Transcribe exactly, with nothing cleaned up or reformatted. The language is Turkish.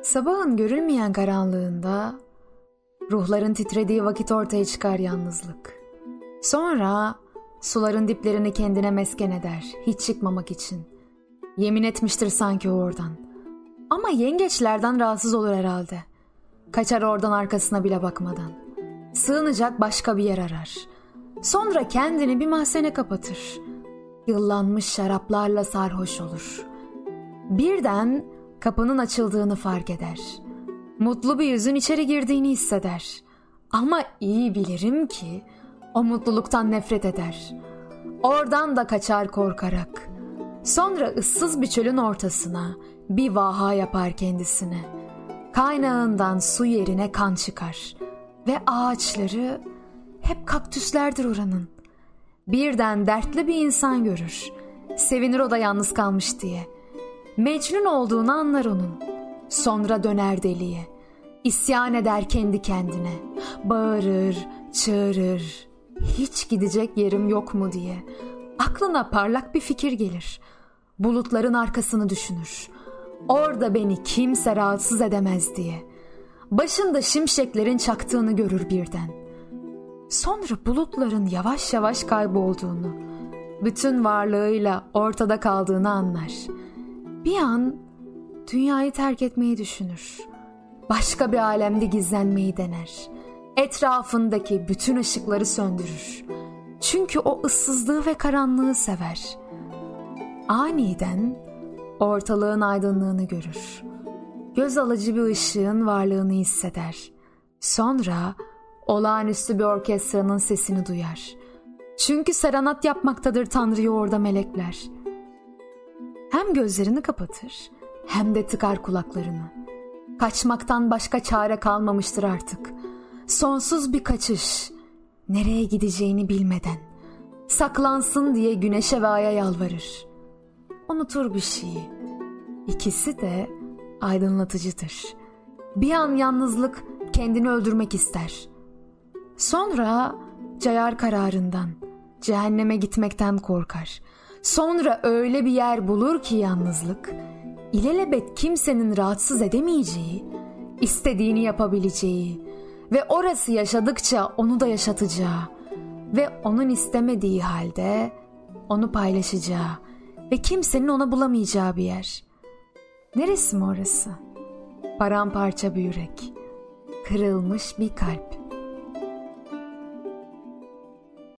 Sabahın görülmeyen karanlığında ruhların titrediği vakit ortaya çıkar yalnızlık. Sonra suların diplerini kendine mesken eder, hiç çıkmamak için. Yemin etmiştir sanki oradan. Ama yengeçlerden rahatsız olur herhalde. Kaçar oradan arkasına bile bakmadan. Sığınacak başka bir yer arar. Sonra kendini bir mahzene kapatır. Yıllanmış şaraplarla sarhoş olur. Birden kapının açıldığını fark eder. Mutlu bir yüzün içeri girdiğini hisseder. Ama iyi bilirim ki o mutluluktan nefret eder. Oradan da kaçar korkarak. Sonra ıssız bir çölün ortasına bir vaha yapar kendisine. Kaynağından su yerine kan çıkar. Ve ağaçları hep kaktüslerdir oranın. Birden dertli bir insan görür. Sevinir o da yalnız kalmış diye. Mecnun olduğunu anlar onun. Sonra döner deliye. İsyan eder kendi kendine. Bağırır, çığırır. Hiç gidecek yerim yok mu diye. Aklına parlak bir fikir gelir. Bulutların arkasını düşünür. Orada beni kimse rahatsız edemez diye. Başında şimşeklerin çaktığını görür birden. Sonra bulutların yavaş yavaş kaybolduğunu, bütün varlığıyla ortada kaldığını anlar. Bir an dünyayı terk etmeyi düşünür. Başka bir alemde gizlenmeyi dener. Etrafındaki bütün ışıkları söndürür. Çünkü o ıssızlığı ve karanlığı sever. Aniden ortalığın aydınlığını görür. Göz alıcı bir ışığın varlığını hisseder. Sonra olağanüstü bir orkestranın sesini duyar. Çünkü serenat yapmaktadır Tanrı'yı orada melekler. Hem gözlerini kapatır hem de tıkar kulaklarını. Kaçmaktan başka çare kalmamıştır artık. Sonsuz bir kaçış. Nereye gideceğini bilmeden. Saklansın diye güneşe ve aya yalvarır. Unutur bir şeyi. İkisi de aydınlatıcıdır. Bir an yalnızlık kendini öldürmek ister. Sonra cayar kararından, cehenneme gitmekten korkar. Sonra öyle bir yer bulur ki yalnızlık, ilelebet kimsenin rahatsız edemeyeceği, istediğini yapabileceği ve orası yaşadıkça onu da yaşatacağı ve onun istemediği halde onu paylaşacağı ve kimsenin ona bulamayacağı bir yer. Neresi mi orası? Paramparça bir yürek, kırılmış bir kalp.